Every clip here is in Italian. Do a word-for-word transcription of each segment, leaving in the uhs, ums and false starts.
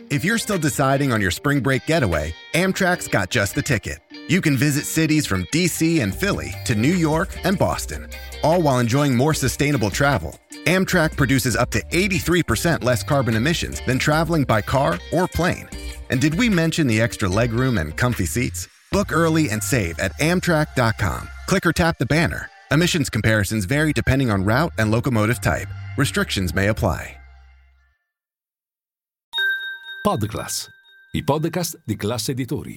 If you're still deciding on your spring break getaway, Amtrak's got just the ticket. You can visit cities from D C and Philly to New York and Boston, all while enjoying more sustainable travel. Amtrak produces up to eighty-three percent less carbon emissions than traveling by car or plane. And did we mention the extra legroom and comfy seats? Book early and save at Amtrak dot com. Click or tap the banner. Emissions comparisons vary depending on route and locomotive type. Restrictions may apply. Podclass, i podcast di Classe Editori.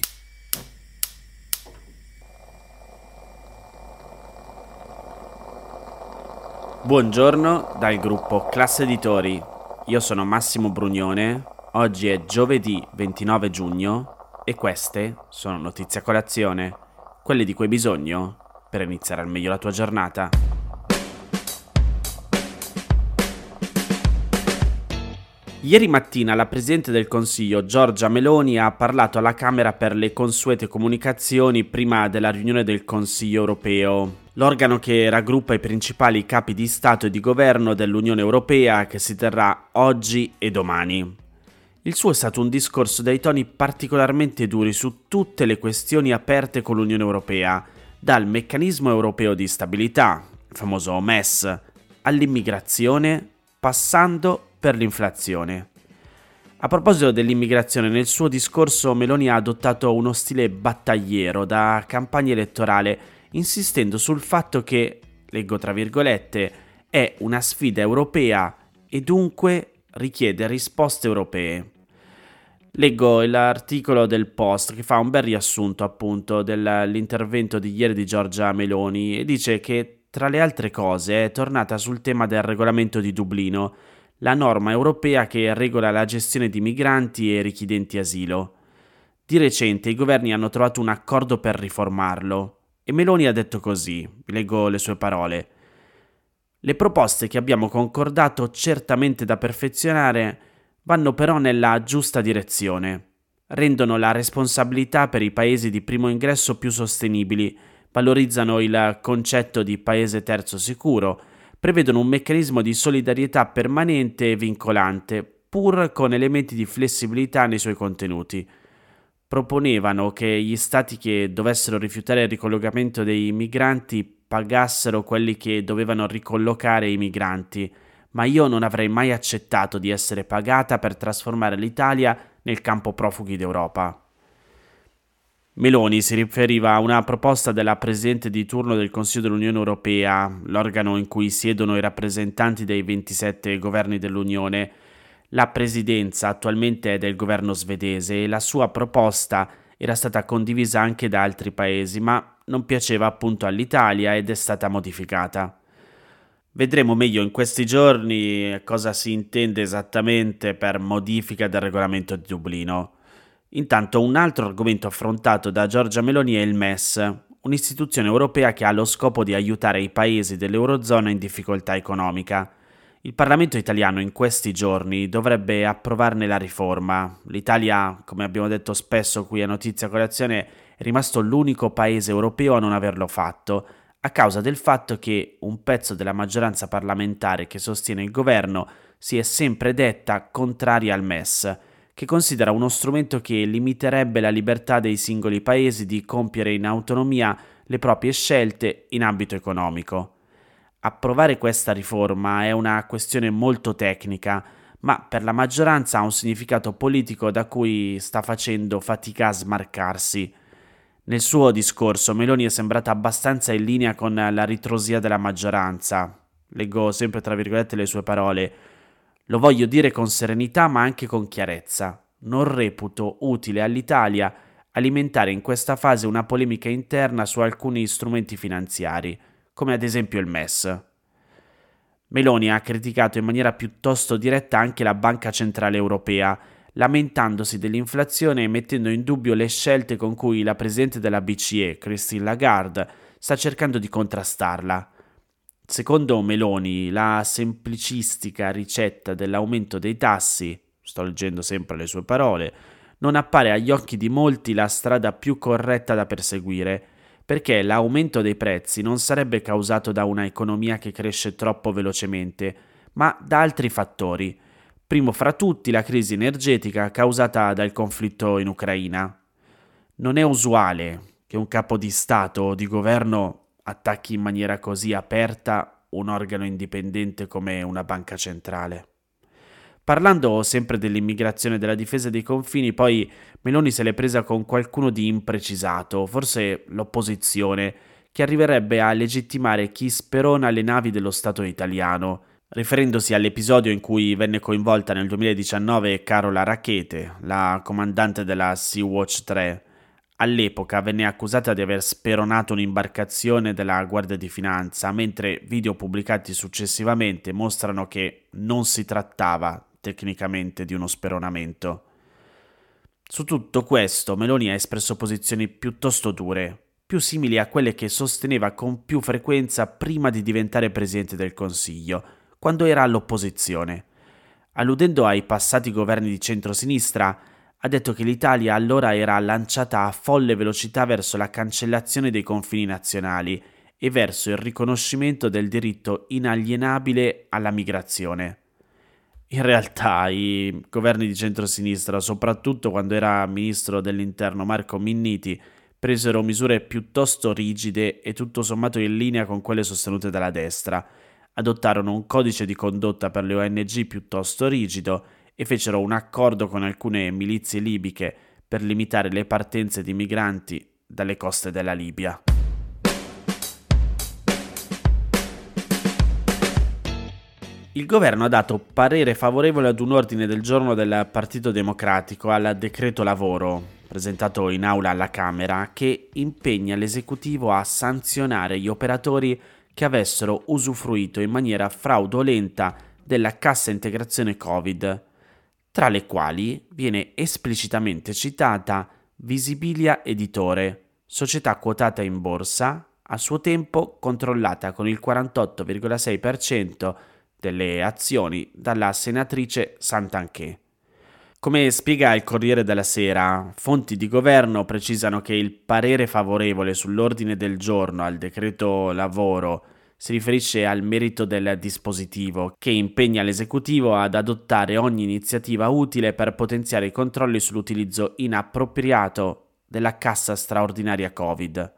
Buongiorno dal gruppo Classe Editori. Io sono Massimo Brugnone. Oggi è giovedì ventinove giugno e queste sono notizie a colazione, quelle di cui hai bisogno per iniziare al meglio la tua giornata. Ieri mattina la Presidente del Consiglio, Giorgia Meloni, ha parlato alla Camera per le consuete comunicazioni prima della riunione del Consiglio europeo, l'organo che raggruppa i principali capi di Stato e di Governo dell'Unione Europea che si terrà oggi e domani. Il suo è stato un discorso dai toni particolarmente duri su tutte le questioni aperte con l'Unione Europea, dal meccanismo europeo di stabilità, il famoso M E S, all'immigrazione, passando per l'inflazione. A proposito dell'immigrazione, nel suo discorso Meloni ha adottato uno stile battagliero da campagna elettorale, insistendo sul fatto che, leggo tra virgolette, è una sfida europea e dunque richiede risposte europee. Leggo l'articolo del Post che fa un bel riassunto appunto dell'intervento di ieri di Giorgia Meloni e dice che tra le altre cose è tornata sul tema del regolamento di Dublino, la norma europea che regola la gestione di migranti e richiedenti asilo. Di recente i governi hanno trovato un accordo per riformarlo e Meloni ha detto così, vi leggo le sue parole: le proposte che abbiamo concordato, certamente da perfezionare, vanno però nella giusta direzione. Rendono la responsabilità per i paesi di primo ingresso più sostenibili, valorizzano il concetto di paese terzo sicuro, prevedono un meccanismo di solidarietà permanente e vincolante, pur con elementi di flessibilità nei suoi contenuti. Proponevano che gli stati che dovessero rifiutare il ricollocamento dei migranti pagassero quelli che dovevano ricollocare i migranti, ma io non avrei mai accettato di essere pagata per trasformare l'Italia nel campo profughi d'Europa. Meloni si riferiva a una proposta della Presidente di turno del Consiglio dell'Unione Europea, l'organo in cui siedono i rappresentanti dei ventisette governi dell'Unione. La presidenza attualmente è del governo svedese e la sua proposta era stata condivisa anche da altri paesi, ma non piaceva appunto all'Italia ed è stata modificata. Vedremo meglio in questi giorni cosa si intende esattamente per modifica del regolamento di Dublino. Intanto un altro argomento affrontato da Giorgia Meloni è il M E S, un'istituzione europea che ha lo scopo di aiutare i paesi dell'Eurozona in difficoltà economica. Il Parlamento italiano in questi giorni dovrebbe approvarne la riforma. L'Italia, come abbiamo detto spesso qui a Notizia Colazione, è rimasto l'unico paese europeo a non averlo fatto, a causa del fatto che un pezzo della maggioranza parlamentare che sostiene il governo si è sempre detta contraria al M E S, che considera uno strumento che limiterebbe la libertà dei singoli paesi di compiere in autonomia le proprie scelte in ambito economico. Approvare questa riforma è una questione molto tecnica, ma per la maggioranza ha un significato politico da cui sta facendo fatica a smarcarsi. Nel suo discorso Meloni è sembrata abbastanza in linea con la ritrosia della maggioranza. Leggo sempre tra virgolette le sue parole: lo voglio dire con serenità ma anche con chiarezza. Non reputo utile all'Italia alimentare in questa fase una polemica interna su alcuni strumenti finanziari, come ad esempio il M E S. Meloni ha criticato in maniera piuttosto diretta anche la Banca Centrale Europea, lamentandosi dell'inflazione e mettendo in dubbio le scelte con cui la Presidente della B C E, Christine Lagarde, sta cercando di contrastarla. Secondo Meloni, la semplicistica ricetta dell'aumento dei tassi, sto leggendo sempre le sue parole, non appare agli occhi di molti la strada più corretta da perseguire, perché l'aumento dei prezzi non sarebbe causato da una economia che cresce troppo velocemente, ma da altri fattori. Primo fra tutti la crisi energetica causata dal conflitto in Ucraina. Non è usuale che un capo di Stato o di governo attacchi in maniera così aperta un organo indipendente come una banca centrale. Parlando sempre dell'immigrazione e della difesa dei confini, poi Meloni se l'è presa con qualcuno di imprecisato, forse l'opposizione, che arriverebbe a legittimare chi sperona le navi dello Stato italiano, riferendosi all'episodio in cui venne coinvolta nel duemiladiciannove Carola Rackete, la comandante della Sea-Watch tre. All'epoca venne accusata di aver speronato un'imbarcazione della Guardia di Finanza, mentre video pubblicati successivamente mostrano che non si trattava tecnicamente di uno speronamento. Su tutto questo Meloni ha espresso posizioni piuttosto dure, più simili a quelle che sosteneva con più frequenza prima di diventare Presidente del Consiglio, quando era all'opposizione. Alludendo ai passati governi di centrosinistra, ha detto che l'Italia allora era lanciata a folle velocità verso la cancellazione dei confini nazionali e verso il riconoscimento del diritto inalienabile alla migrazione. In realtà i governi di centrosinistra, soprattutto quando era ministro dell'interno Marco Minniti, presero misure piuttosto rigide e tutto sommato in linea con quelle sostenute dalla destra. Adottarono un codice di condotta per le O N G piuttosto rigido e fecero un accordo con alcune milizie libiche per limitare le partenze di migranti dalle coste della Libia. Il governo ha dato parere favorevole ad un ordine del giorno del Partito Democratico al decreto lavoro, presentato in aula alla Camera, che impegna l'esecutivo a sanzionare gli operatori che avessero usufruito in maniera fraudolenta della cassa integrazione Covid, tra le quali viene esplicitamente citata Visibilia Editore, società quotata in borsa, a suo tempo controllata con il quarantotto virgola sei per cento delle azioni dalla senatrice Santanchè. Come spiega il Corriere della Sera, fonti di governo precisano che il parere favorevole sull'ordine del giorno al decreto lavoro si riferisce al merito del dispositivo, che impegna l'esecutivo ad adottare ogni iniziativa utile per potenziare i controlli sull'utilizzo inappropriato della cassa straordinaria Covid.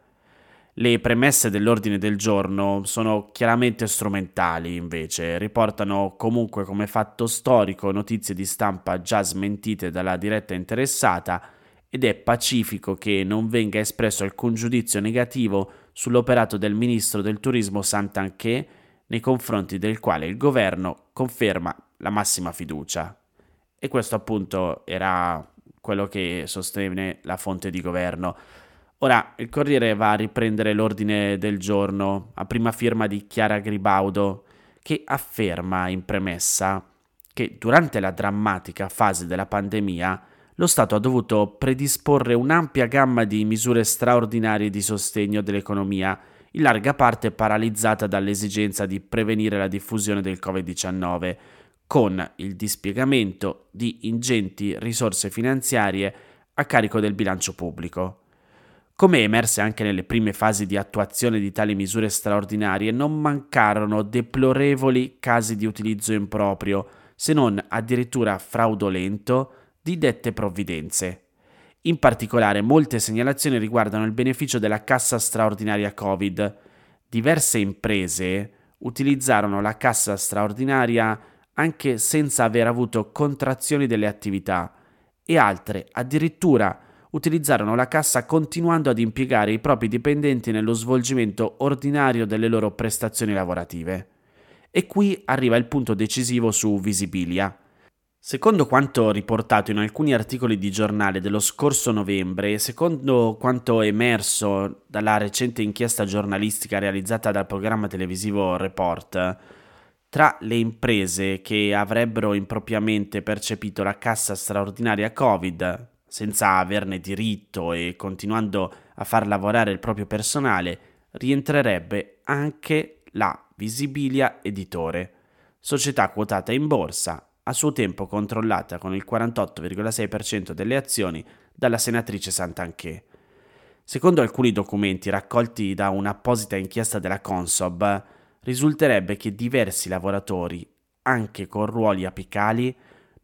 Le premesse dell'ordine del giorno sono chiaramente strumentali, invece, riportano comunque come fatto storico notizie di stampa già smentite dalla diretta interessata ed è pacifico che non venga espresso alcun giudizio negativo sull'operato del ministro del turismo Santanchè, nei confronti del quale il governo conferma la massima fiducia. E questo appunto era quello che sostiene la fonte di governo. Ora, il Corriere va a riprendere l'ordine del giorno, a prima firma di Chiara Gribaudo, che afferma in premessa che durante la drammatica fase della pandemia lo Stato ha dovuto predisporre un'ampia gamma di misure straordinarie di sostegno dell'economia, in larga parte paralizzata dall'esigenza di prevenire la diffusione del covid diciannove, con il dispiegamento di ingenti risorse finanziarie a carico del bilancio pubblico. Come emerse anche nelle prime fasi di attuazione di tali misure straordinarie, non mancarono deplorevoli casi di utilizzo improprio, se non addirittura fraudolento, di dette provvidenze. In particolare, molte segnalazioni riguardano il beneficio della cassa straordinaria Covid. Diverse imprese utilizzarono la cassa straordinaria anche senza aver avuto contrazioni delle attività e altre addirittura utilizzarono la cassa continuando ad impiegare i propri dipendenti nello svolgimento ordinario delle loro prestazioni lavorative. E qui arriva il punto decisivo su Visibilia. Secondo quanto riportato in alcuni articoli di giornale dello scorso novembre e secondo quanto emerso dalla recente inchiesta giornalistica realizzata dal programma televisivo Report, tra le imprese che avrebbero impropriamente percepito la cassa straordinaria Covid, senza averne diritto e continuando a far lavorare il proprio personale, rientrerebbe anche la Visibilia Editore, società quotata in borsa, a suo tempo controllata con il quarantotto virgola sei per cento delle azioni dalla senatrice Santanchè. Secondo alcuni documenti raccolti da un'apposita inchiesta della Consob, risulterebbe che diversi lavoratori, anche con ruoli apicali,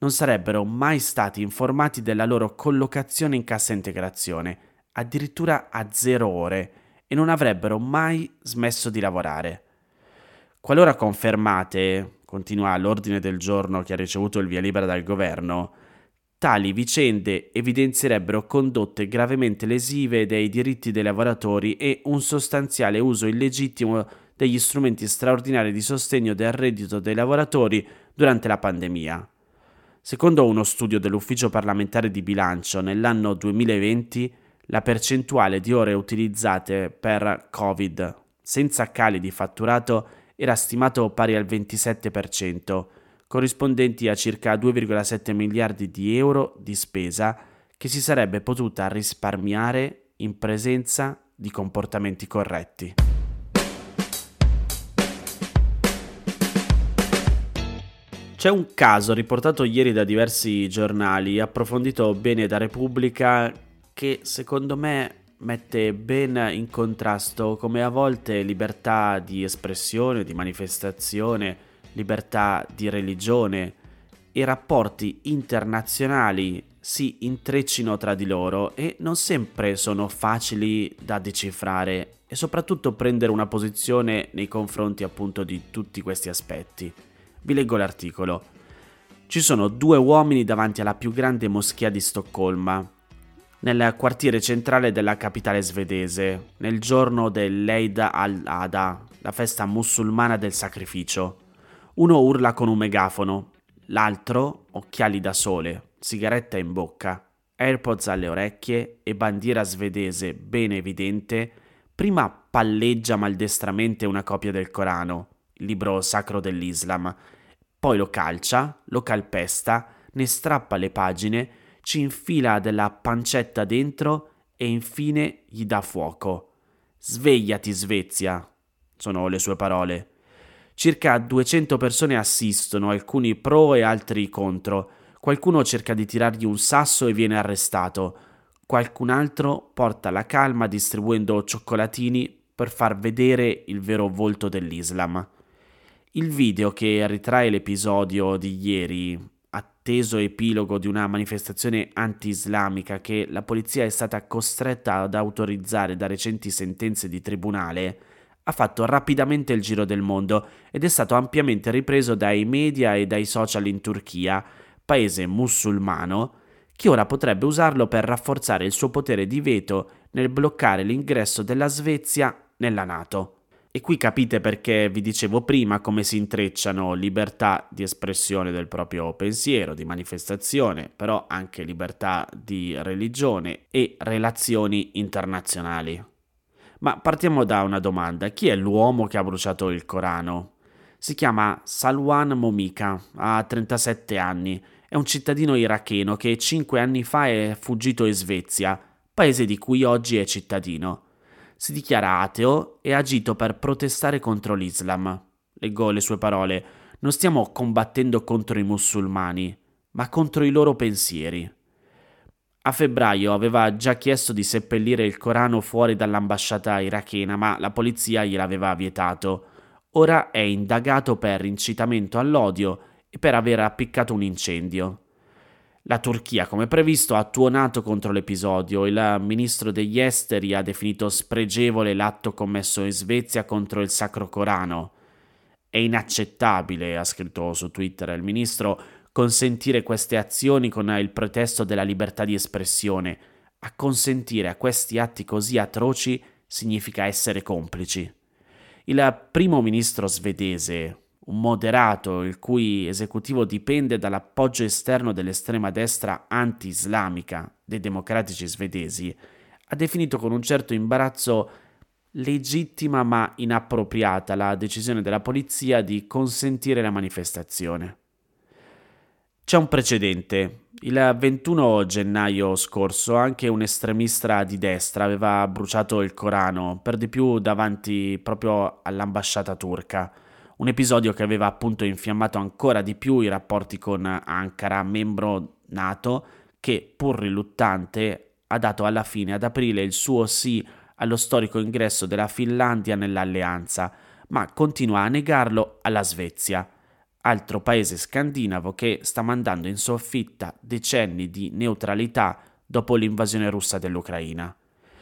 non sarebbero mai stati informati della loro collocazione in cassa integrazione, addirittura a zero ore, e non avrebbero mai smesso di lavorare. Qualora confermate, continua l'ordine del giorno che ha ricevuto il via libera dal governo, tali vicende evidenzierebbero condotte gravemente lesive dei diritti dei lavoratori e un sostanziale uso illegittimo degli strumenti straordinari di sostegno del reddito dei lavoratori durante la pandemia. Secondo uno studio dell'Ufficio parlamentare di bilancio, nell'anno duemilaventi la percentuale di ore utilizzate per Covid senza cali di fatturato era stimato pari al ventisette per cento, corrispondenti a circa due virgola sette miliardi di euro di spesa che si sarebbe potuta risparmiare in presenza di comportamenti corretti. C'è un caso riportato ieri da diversi giornali, approfondito bene da Repubblica, che secondo me mette ben in contrasto come a volte libertà di espressione, di manifestazione, libertà di religione e rapporti internazionali si intreccino tra di loro e non sempre sono facili da decifrare e soprattutto prendere una posizione nei confronti appunto di tutti questi aspetti. Vi leggo l'articolo. Ci sono due uomini davanti alla più grande moschea di Stoccolma, nel quartiere centrale della capitale svedese, nel giorno dell'Eid al-Adha, la festa musulmana del sacrificio. Uno urla con un megafono, l'altro, occhiali da sole, sigaretta in bocca, AirPods alle orecchie e bandiera svedese ben evidente, prima palleggia maldestramente una copia del Corano, il libro sacro dell'Islam, poi lo calcia, lo calpesta, ne strappa le pagine, ci infila della pancetta dentro e infine gli dà fuoco. Svegliati Svezia, sono le sue parole. Circa duecento persone assistono, alcuni pro e altri contro. Qualcuno cerca di tirargli un sasso e viene arrestato. Qualcun altro porta la calma distribuendo cioccolatini per far vedere il vero volto dell'Islam. Il video che ritrae l'episodio di ieri, atteso epilogo di una manifestazione anti-islamica che la polizia è stata costretta ad autorizzare da recenti sentenze di tribunale, ha fatto rapidamente il giro del mondo ed è stato ampiamente ripreso dai media e dai social in Turchia, paese musulmano, che ora potrebbe usarlo per rafforzare il suo potere di veto nel bloccare l'ingresso della Svezia nella NATO. E qui capite perché vi dicevo prima come si intrecciano libertà di espressione del proprio pensiero, di manifestazione, però anche libertà di religione e relazioni internazionali. Ma partiamo da una domanda: chi è l'uomo che ha bruciato il Corano? Si chiama Salwan Momika, ha trentasette anni, è un cittadino iracheno che cinque anni fa è fuggito in Svezia, paese di cui oggi è cittadino. Si dichiara ateo e ha agito per protestare contro l'Islam. Leggo le sue parole: non stiamo combattendo contro i musulmani, ma contro i loro pensieri. A febbraio aveva già chiesto di seppellire il Corano fuori dall'ambasciata irachena, ma la polizia gliel'aveva vietato. Ora è indagato per incitamento all'odio e per aver appiccato un incendio. La Turchia, come previsto, ha tuonato contro l'episodio. Il ministro degli esteri ha definito spregevole l'atto commesso in Svezia contro il Sacro Corano. È inaccettabile, ha scritto su Twitter il ministro, consentire queste azioni con il pretesto della libertà di espressione. Acconsentire a questi atti così atroci significa essere complici. Il primo ministro svedese, un moderato il cui esecutivo dipende dall'appoggio esterno dell'estrema destra anti-islamica dei democratici svedesi, ha definito con un certo imbarazzo legittima ma inappropriata la decisione della polizia di consentire la manifestazione. C'è un precedente. Il ventuno gennaio scorso anche un estremista di destra aveva bruciato il Corano, per di più davanti proprio all'ambasciata turca. Un episodio che aveva appunto infiammato ancora di più i rapporti con Ankara, membro NATO, che, pur riluttante, ha dato alla fine ad aprile il suo sì allo storico ingresso della Finlandia nell'alleanza, ma continua a negarlo alla Svezia. altro paese scandinavo che sta mandando in soffitta decenni di neutralità dopo l'invasione russa dell'Ucraina.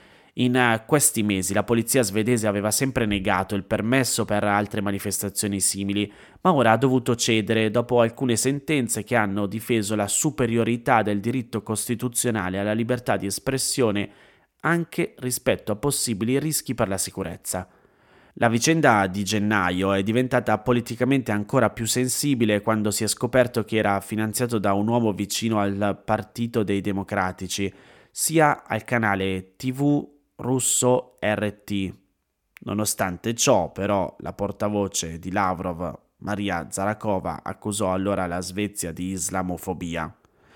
In questi mesi la polizia svedese aveva sempre negato il permesso per altre manifestazioni simili, ma ora ha dovuto cedere dopo alcune sentenze che hanno difeso la superiorità del diritto costituzionale alla libertà di espressione anche rispetto a possibili rischi per la sicurezza. La vicenda di gennaio è diventata politicamente ancora più sensibile quando si è scoperto che era finanziato da un uomo vicino al Partito dei Democratici, sia al canale tivù russo R T. Nonostante ciò, però, la portavoce di Lavrov, Maria Zakharova, accusò allora la Svezia di islamofobia.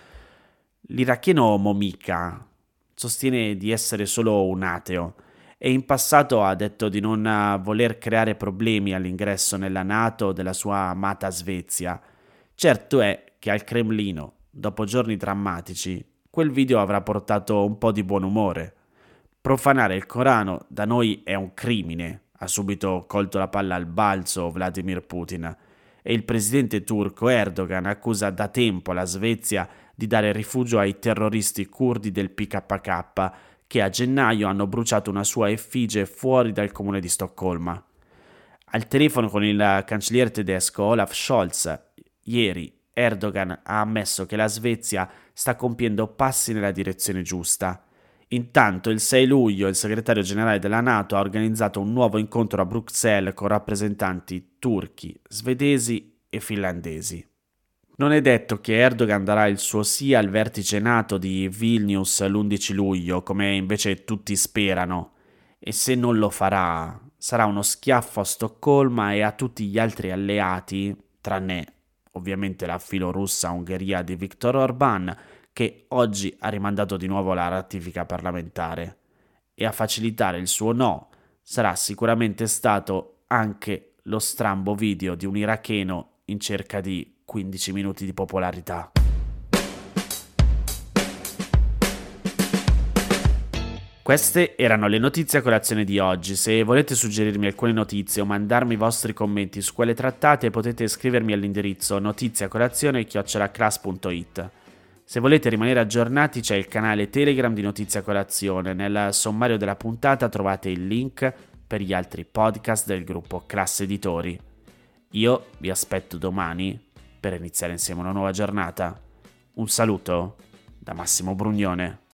L'iracheno Momika sostiene di essere solo un ateo e in passato ha detto di non voler creare problemi all'ingresso nella NATO della sua amata Svezia. Certo è che al Cremlino, dopo giorni drammatici, quel video avrà portato un po' di buon umore. Profanare il Corano da noi è un crimine, ha subito colto la palla al balzo Vladimir Putin, e il presidente turco Erdogan accusa da tempo la Svezia di dare rifugio ai terroristi curdi del P K K che a gennaio hanno bruciato una sua effigie fuori dal comune di Stoccolma. Al telefono con il cancelliere tedesco Olaf Scholz, ieri Erdogan ha ammesso che la Svezia sta compiendo passi nella direzione giusta. Intanto il sei luglio il segretario generale della NATO ha organizzato un nuovo incontro a Bruxelles con rappresentanti turchi, svedesi e finlandesi. Non è detto che Erdogan darà il suo sì al vertice NATO di Vilnius l'undici luglio, come invece tutti sperano, e se non lo farà sarà uno schiaffo a Stoccolma e a tutti gli altri alleati, tranne ovviamente la filorussa Ungheria di Viktor Orbán, che oggi ha rimandato di nuovo la ratifica parlamentare, e a facilitare il suo no sarà sicuramente stato anche lo strambo video di un iracheno in cerca di quindici minuti di popolarità. Queste erano le notizie a colazione di oggi. Se volete suggerirmi alcune notizie o mandarmi i vostri commenti su quelle trattate, potete scrivermi all'indirizzo notiziacolazione chiocciola class punto it. Se volete rimanere aggiornati c'è il canale Telegram di Notizia Colazione. Nel sommario della puntata trovate il link per gli altri podcast del gruppo Class Editori. Io vi aspetto domani per iniziare insieme una nuova giornata. Un saluto da Massimo Brugnone.